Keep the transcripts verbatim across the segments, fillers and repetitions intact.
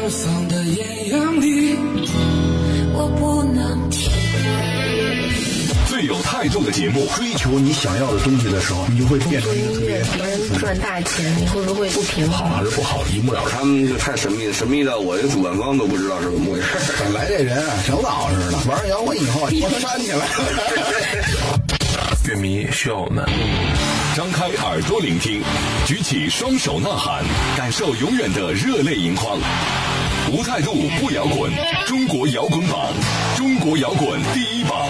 而放的艳阳里，我不能体会。 最有态度的节目， 追求你想要的东西的时候，你就会变成一个特别。 别人赚大钱，你会不会不平衡？ 好还是不好，一目了然。 他们就太神秘了，神秘到我这主办方都不知道是怎么回事。 本来这人啊，挺老实的，玩摇滚以后，我煽起来了。 乐迷需要我们张开耳朵聆听，举起双手呐喊，感受永远的热泪盈眶。无态度不摇滚，中国摇滚榜，中国摇滚第一榜。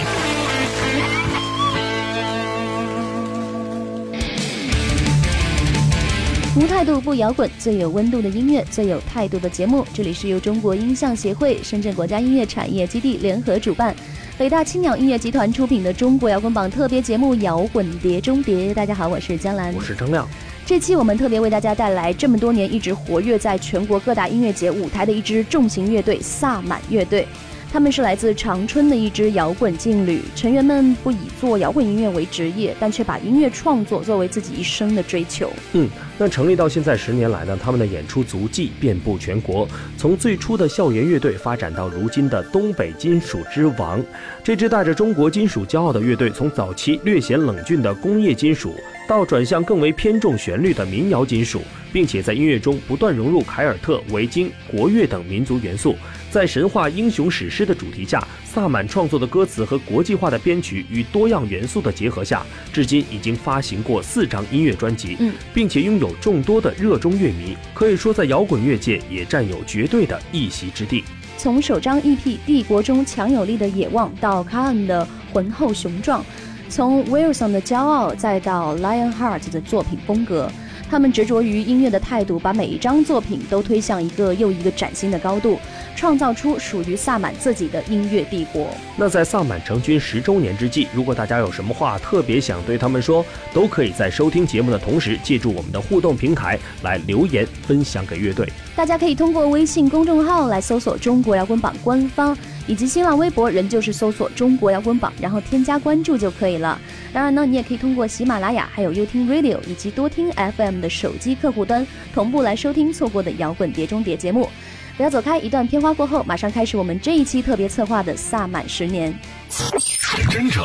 无态度不摇滚，最有温度的音乐，最有态度的节目。这里是由中国音像协会、深圳国家音乐产业基地联合主办，北大青鸟音乐集团出品的中国摇滚榜特别节目《摇滚碟中谍》。大家好，我是江兰， 我是张亮。 这期我们特别为大家带来这么多年一直活跃在全国各大音乐节舞台的一支重型乐队——萨满乐队。他们是来自长春的一支摇滚劲旅，成员们不以做摇滚音乐为职业，但却把音乐创作作为自己一生的追求。 嗯，那成立到现在十年来呢，他们的演出足迹遍布全国，从最初的校园乐队发展到如今的东北金属之王。这支带着中国金属骄傲的乐队，从早期略显冷峻的工业金属，到转向更为偏重旋律的民谣金属，并且在音乐中不断融入凯尔特、维京、国乐等民族元素。在神话英雄史诗的主题下，萨满创作的歌词和国际化的编曲与多样元素的结合下，至今已经发行过四张音乐专辑， 嗯， 并且拥有众多的热衷乐迷，可以说在摇滚乐界也占有绝对的一席之地。 从首张 E P《帝国中强有力的野望》到 Khan 的浑厚雄壮，从 Wilson 的骄傲再到 Lionheart 的作品风格，他们执着于音乐的态度，把每一张作品都推向一个又一个崭新的高度，创造出属于萨满自己的音乐帝国。 那在萨满成军十周年之际，如果大家有什么话特别想对他们说，都可以在收听节目的同时，借助我们的互动平台来留言分享给乐队。 大家可以通过微信公众号来搜索中国摇滚榜官方，以及新浪微博仍旧是搜索中国摇滚榜，然后添加关注就可以了。当然呢，你也可以通过喜马拉雅还有优听 Radio 以及多听 F M 的手机客户端同步来收听错过的摇滚碟中谍节目。不要走开，一段片花过后马上开始我们这一期特别策划的萨满十年。 真诚，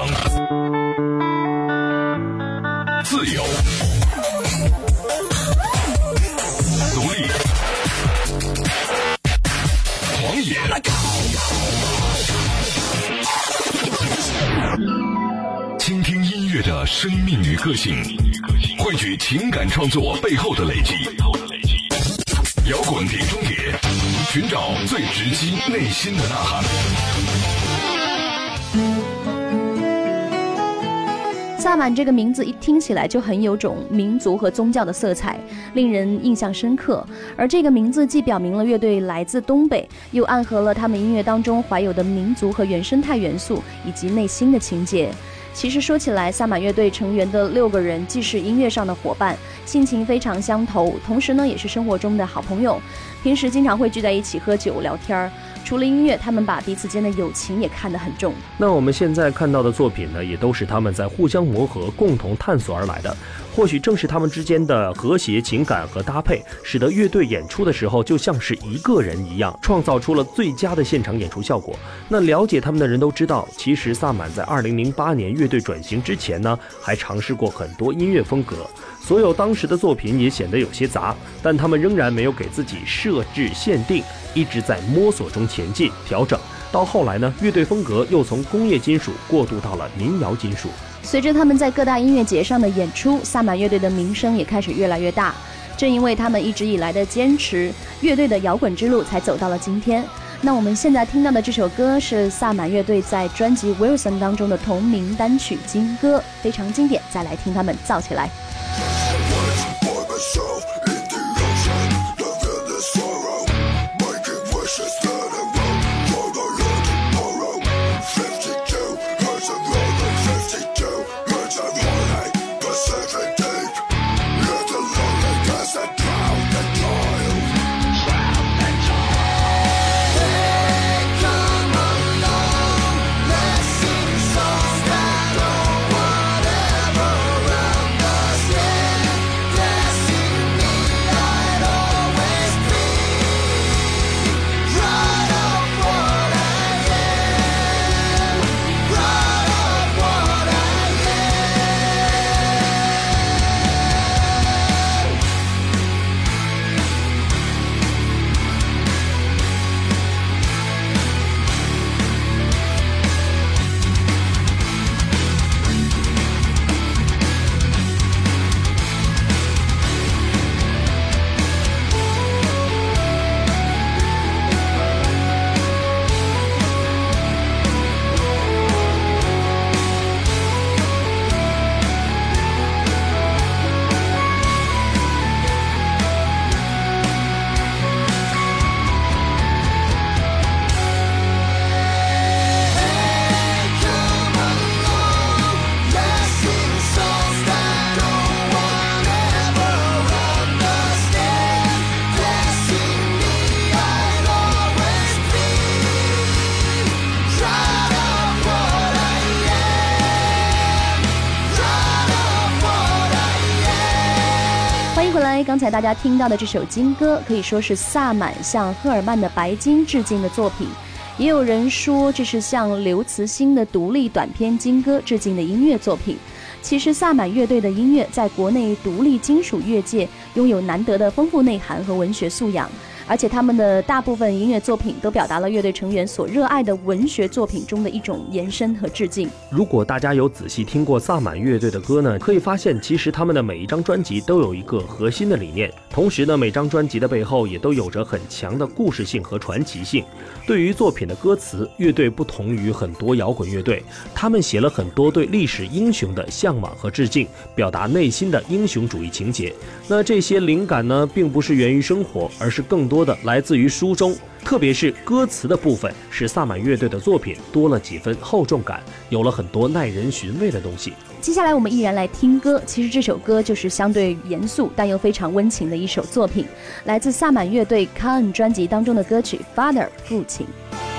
自由，独立，狂野，倾听音乐的生命与个性，汇聚情感创作背后的累积。摇滚碟中谍，寻找最直击内心的呐喊。 萨满这个名字一听起来就很有种民族和宗教的色彩，令人印象深刻。而这个名字既表明了乐队来自东北，又暗合了他们音乐当中怀有的民族和原生态元素以及内心的情节。其实说起来，萨满乐队成员的六个人既是音乐上的伙伴，性情非常相投，同时呢也是生活中的好朋友，平时经常会聚在一起喝酒聊天。除了音乐，他们把彼此间的友情也看得很重。 那我们现在看到的作品呢，也都是他们在互相磨合、共同探索而来的。或许正是他们之间的和谐情感和搭配，使得乐队演出的时候就像是一个人一样，创造出了最佳的现场演出效果。那了解他们的人都知道，其实萨满在二零零八年乐队转型之前呢，还尝试过很多音乐风格。所有当时的作品也显得有些杂，但他们仍然没有给自己设置限定，一直在摸索中前进调整。到后来呢，乐队风格又从工业金属过渡到了民谣金属。 随着他们在各大音乐节上的演出，萨满乐队的名声也开始越来越大。正因为他们一直以来的坚持，乐队的摇滚之路才走到了今天。那我们现在听到的这首歌是萨满乐队在专辑 Wilson 当中的同名单曲金歌，非常经典，再来听他们造起来。 Let's 刚才大家听到的这首金歌可以说是萨满向赫尔曼的白金致敬的作品，也有人说这是向刘慈欣的独立短篇金歌致敬的音乐作品。其实萨满乐队的音乐在国内独立金属乐界拥有难得的丰富内涵和文学素养，而且他们的大部分音乐作品都表达了乐队成员所热爱的文学作品中的一种延伸和致敬。 如果大家有仔细听过萨满乐队的歌呢，可以发现其实他们的每一张专辑都有一个核心的理念，同时呢，每张专辑的背后也都有着很强的故事性和传奇性。对于作品的歌词，乐队不同于很多摇滚乐队，他们写了很多对历史英雄的向往和致敬，表达内心的英雄主义情节。那这些灵感呢，并不是源于生活，而是更多的来自于书中，特别是歌词的部分，使萨满乐队的作品多了几分厚重感，有了很多耐人寻味的东西。 接下来我们依然来听歌，其实这首歌就是相对严肃但又非常温情的一首作品，来自萨满乐队 Can 专辑当中的歌曲 Father 父亲。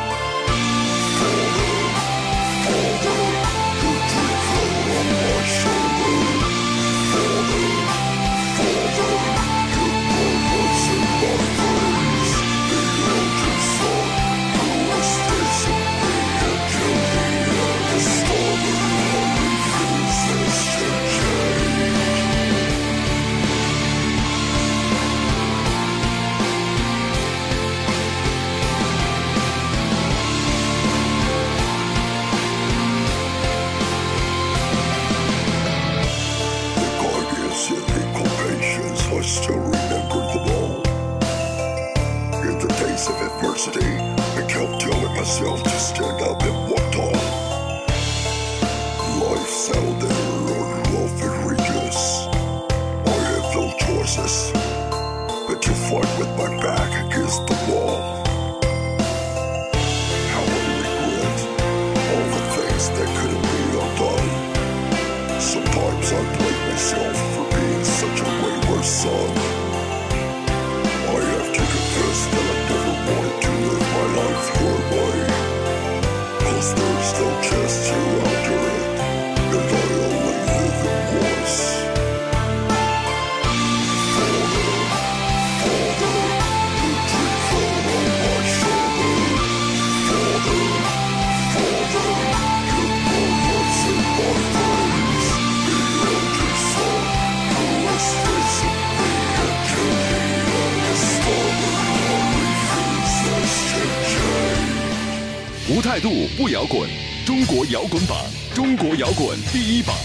无态度不摇滚，中国摇滚榜，中国摇滚第一榜。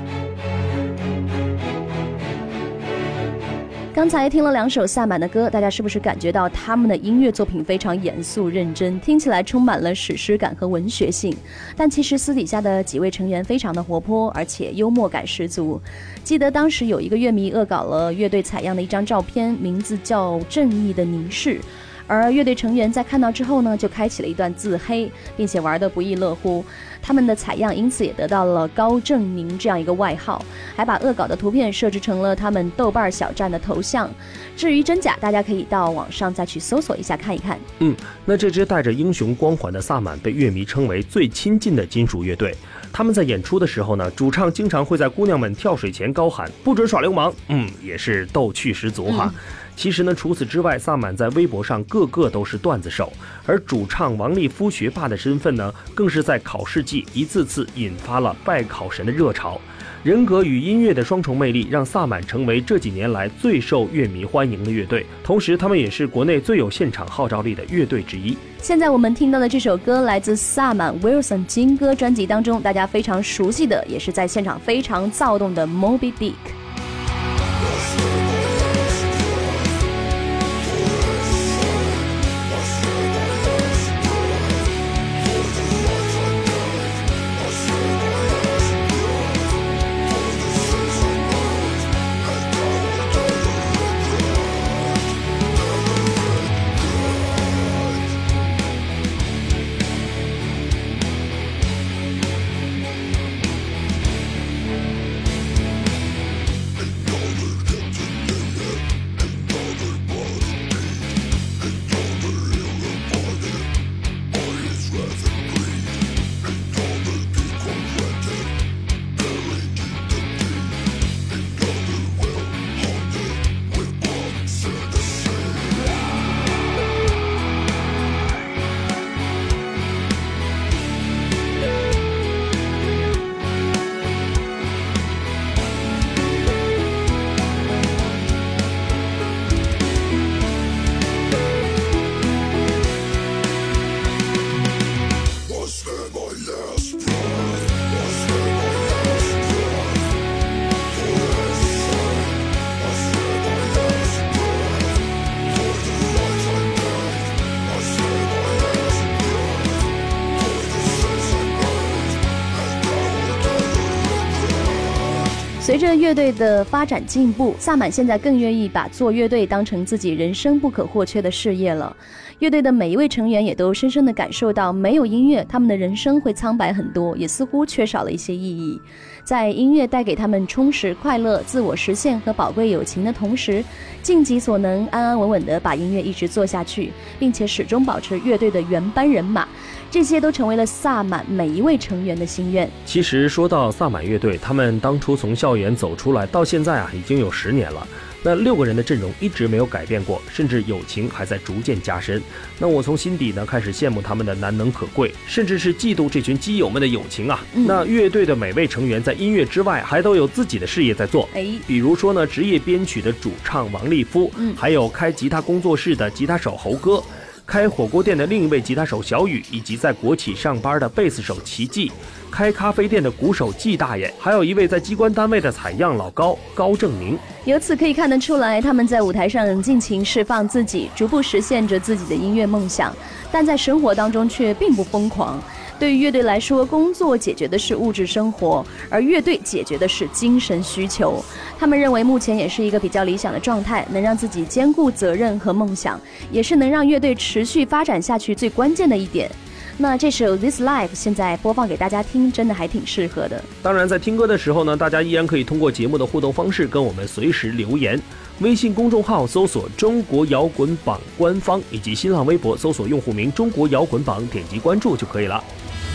刚才听了两首萨满的歌，大家是不是感觉到他们的音乐作品非常严肃认真，听起来充满了史诗感和文学性？但其实私底下的几位成员非常的活泼，而且幽默感十足。记得当时有一个乐迷恶搞了乐队采样的一张照片，名字叫《正义的凝视》。而乐队成员在看到之后呢，就开启了一段自黑，并且玩得不亦乐乎。他们的采样因此也得到了高正宁这样一个外号，还把恶搞的图片设置成了他们豆瓣小站的头像。至于真假，大家可以到网上再去搜索一下看一看。 嗯，那这支带着英雄光环的萨满被乐迷称为最亲近的金属乐队。他们在演出的时候呢，主唱经常会在姑娘们跳水前高喊不准耍流氓，嗯，也是逗趣十足哈。嗯，其实呢，除此之外，萨满在微博上个个都是段子手，而主唱王立夫学霸的身份呢，更是在考试季一次次引发了拜考神的热潮。人格与音乐的双重魅力让萨满成为这几年来最受乐迷欢迎的乐队，同时他们也是国内最有现场号召力的乐队之一。 现在我们听到的这首歌来自萨满 Wilson 金歌专辑当中大家非常熟悉的，也是在现场非常躁动的 Moby Dick。 随着乐队的发展进步，萨满现在更愿意把做乐队当成自己人生不可或缺的事业了。乐队的每一位成员也都深深地感受到，没有音乐，他们的人生会苍白很多，也似乎缺少了一些意义。在音乐带给他们充实、快乐、自我实现和宝贵友情的同时，尽己所能，安安稳稳地把音乐一直做下去，并且始终保持乐队的原班人马。这些都成为了萨满每一位成员的心愿。 其实说到萨满乐队，他们当初从校园走出来到现在啊，已经有十年了。那六个人的阵容一直没有改变过，甚至友情还在逐渐加深。那我从心底呢开始羡慕他们的难能可贵，甚至是嫉妒这群基友们的友情啊。嗯、那乐队的每位成员在音乐之外还都有自己的事业在做，哎，比如说呢，职业编曲的主唱王立夫，嗯，还有开吉他工作室的吉他手侯哥，开火锅店的另一位吉他手小雨，以及在国企上班的贝斯手齐记，开咖啡店的鼓手季大爷，还有一位在机关单位的采样老高高正明。 由此可以看得出来，他们在舞台上尽情释放自己，逐步实现着自己的音乐梦想，但在生活当中却并不疯狂。对于乐队来说，工作解决的是物质生活，而乐队解决的是精神需求。他们认为目前也是一个比较理想的状态，能让自己兼顾责任和梦想，也是能让乐队持续发展下去最关键的一点。那这首 This Life 现在播放给大家听，真的还挺适合的。 当然在听歌的时候呢，大家依然可以通过节目的互动方式跟我们随时留言，微信公众号搜索中国摇滚榜官方，以及新浪微博搜索用户名中国摇滚榜，点击关注就可以了。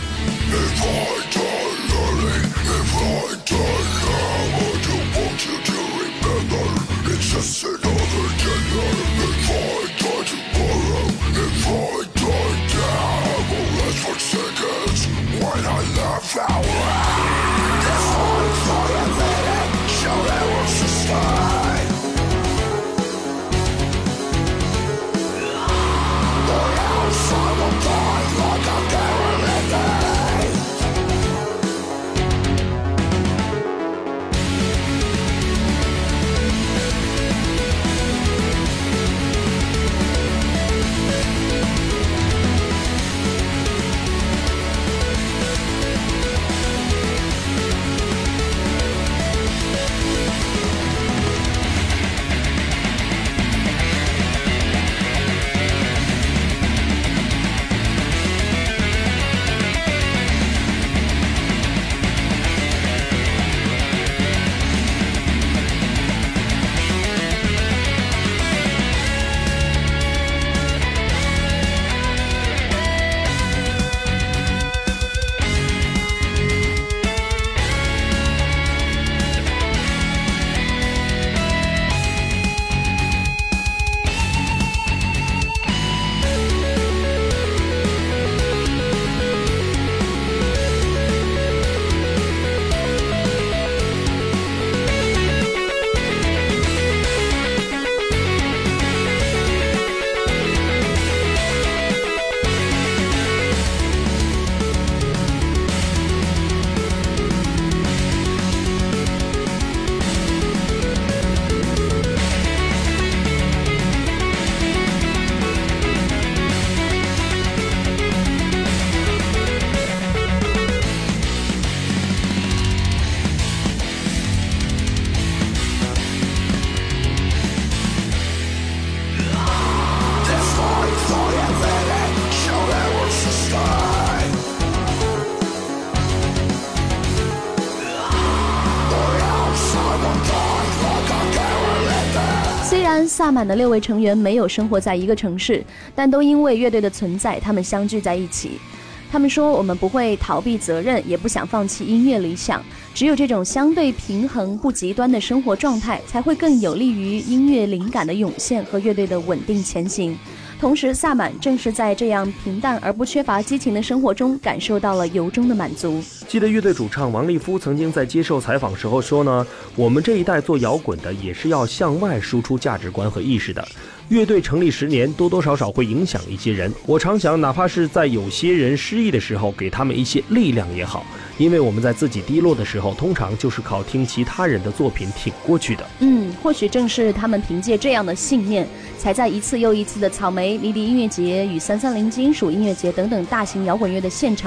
萨满的六位成员没有生活在一个城市，但都因为乐队的存在，他们相聚在一起。他们说，我们不会逃避责任，也不想放弃音乐理想，只有这种相对平衡不极端的生活状态，才会更有利于音乐灵感的涌现和乐队的稳定前行。同时，萨满正是在这样平淡而不缺乏激情的生活中，感受到了由衷的满足。 记得乐队主唱王立夫曾经在接受采访时候说呢，我们这一代做摇滚的也是要向外输出价值观和意识的。乐队成立十年，多多少少会影响一些人。我常想，哪怕是在有些人失意的时候，给他们一些力量也好，因为我们在自己低落的时候，通常就是靠听其他人的作品挺过去的。 嗯，或许正是他们凭借这样的信念，才在一次又一次的草莓、离离音乐节与三三零金属音乐节等等大型摇滚乐的现场，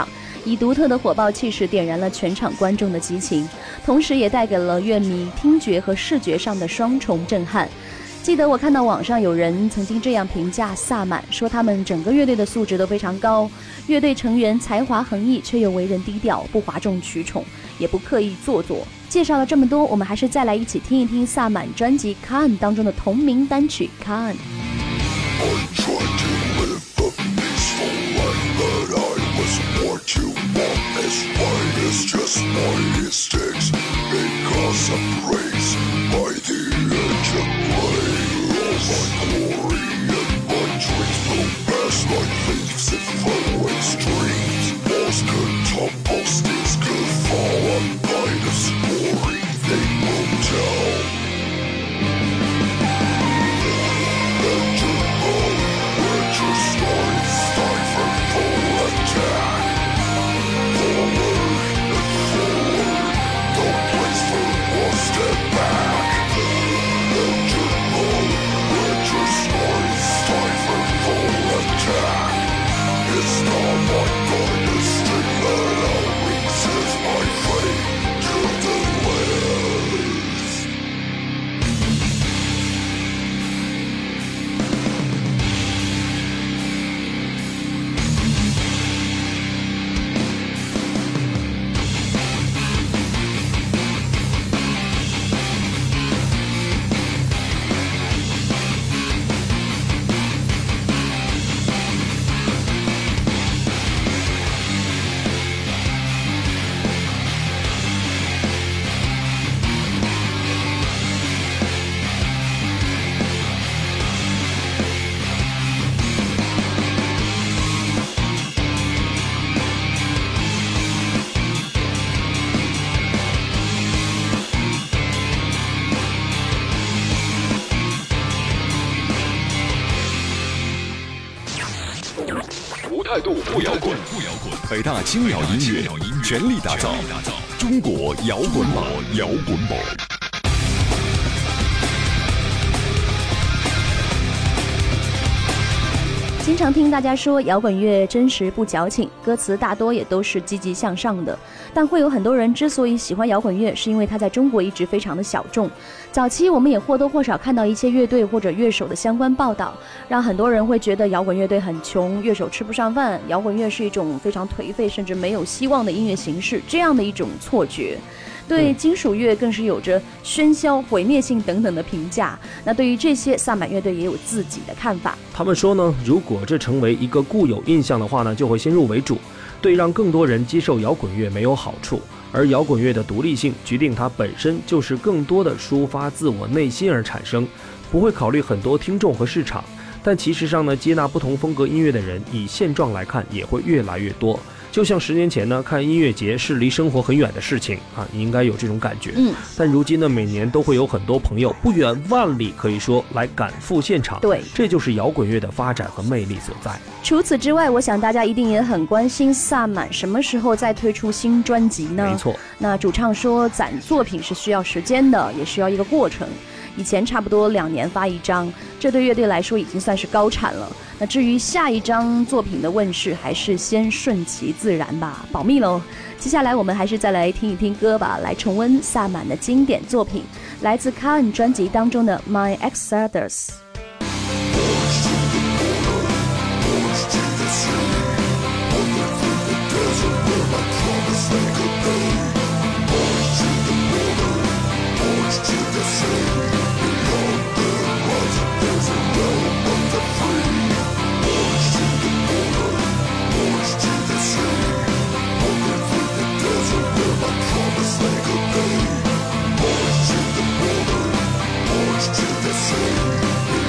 以独特的火爆气势点燃了全场观众的激情，同时也带给了乐迷听觉和视觉上的双重震撼。记得我看到网上有人曾经这样评价萨满，说他们整个乐队的素质都非常高，乐队成员才华横溢，却又为人低调，不哗众取宠，也不刻意做作。介绍了这么多，我们还是再来一起听一听萨满专辑《Khan》当中的同名单曲《Khan》。 态度不摇滚，北大青鸟音乐全力打造中国摇滚榜，摇滚榜。 经常听大家说摇滚乐真实不矫情，歌词大多也都是积极向上的，但会有很多人之所以喜欢摇滚乐，是因为它在中国一直非常的小众。早期我们也或多或少看到一些乐队或者乐手的相关报道，让很多人会觉得摇滚乐队很穷，乐手吃不上饭，摇滚乐是一种非常颓废甚至没有希望的音乐形式，这样的一种错觉。对金属乐更是有着喧嚣、毁灭性等等的评价。那对于这些，萨满乐队也有自己的看法。 他们说呢，如果这成为一个固有印象的话呢，就会先入为主，对让更多人接受摇滚乐没有好处。而摇滚乐的独立性决定它本身就是更多的抒发自我内心而产生，不会考虑很多听众和市场。但其实上呢，接纳不同风格音乐的人，以现状来看也会越来越多。就像十年前呢，看音乐节是离生活很远的事情啊，你应该有这种感觉。嗯，但如今呢，每年都会有很多朋友不远万里，可以说来赶赴现场。 对， 这就是摇滚乐的发展和魅力所在。 除此之外，我想大家一定也很关心萨满什么时候再推出新专辑呢？ 没错， 那主唱说，攒作品是需要时间的，也需要一个过程。以前差不多两年发一张，这对乐队来说已经算是高产了。那至于下一张作品的问世，还是先顺其自然吧，保密喽。接下来我们还是再来听一听歌吧，来重温萨满的经典作品，来自 Khan 专辑当中的 My Exodus。 To the sea,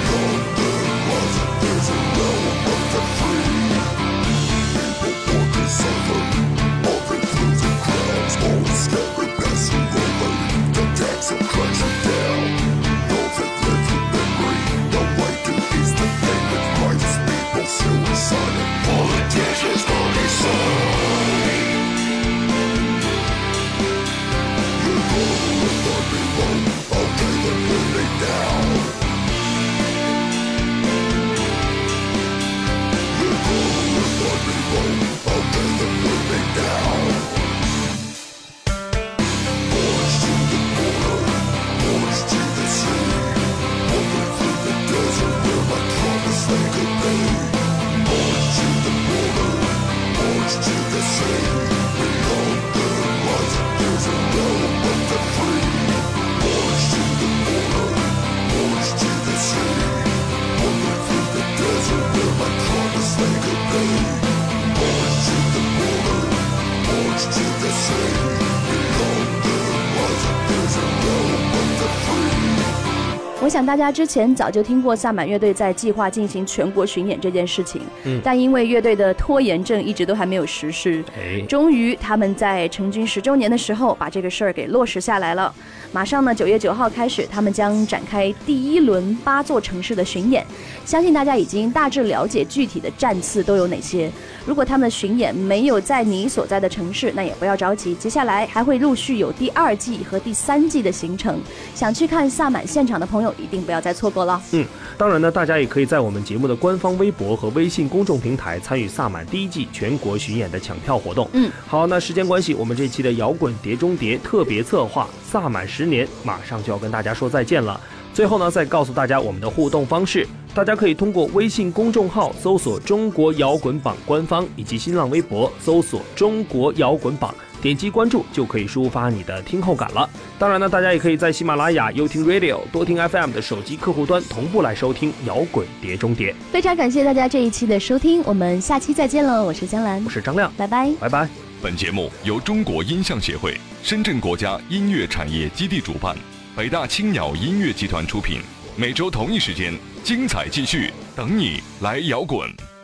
我想大家之前早就听过萨满乐队在计划进行全国巡演这件事情，嗯，但因为乐队的拖延症一直都还没有实施，哎，终于他们在成军十周年的时候把这个事儿给落实下来了。马上呢，九月九号开始，他们将展开第一轮八座城市的巡演。相信大家已经大致了解具体的站次都有哪些。如果他们的巡演没有在你所在的城市，那也不要着急，接下来还会陆续有第二季和第三季的行程。想去看萨满现场的朋友，一定不要再错过了。 嗯，当然呢，大家也可以在我们节目的官方微博和微信公众平台参与萨满第一季全国巡演的抢票活动。 嗯， 好，那时间关系，我们这期的摇滚碟中谍特别策划萨满十年马上就要跟大家说再见了。最后呢，再告诉大家我们的互动方式，大家可以通过微信公众号搜索中国摇滚榜官方，以及新浪微博搜索中国摇滚榜，点击关注就可以抒发你的听后感了。当然呢，大家也可以在喜马拉雅、优听 Radio、多听 F M 的手机客户端同步来收听摇滚碟中谍。 非常感谢大家这一期的收听，我们下期再见了。我是江兰， 我是张亮， 拜拜， 拜拜。 本节目由中国音像协会、深圳国家音乐产业基地主办，北大青鸟音乐集团出品。每周同一时间，精彩继续，等你来摇滚。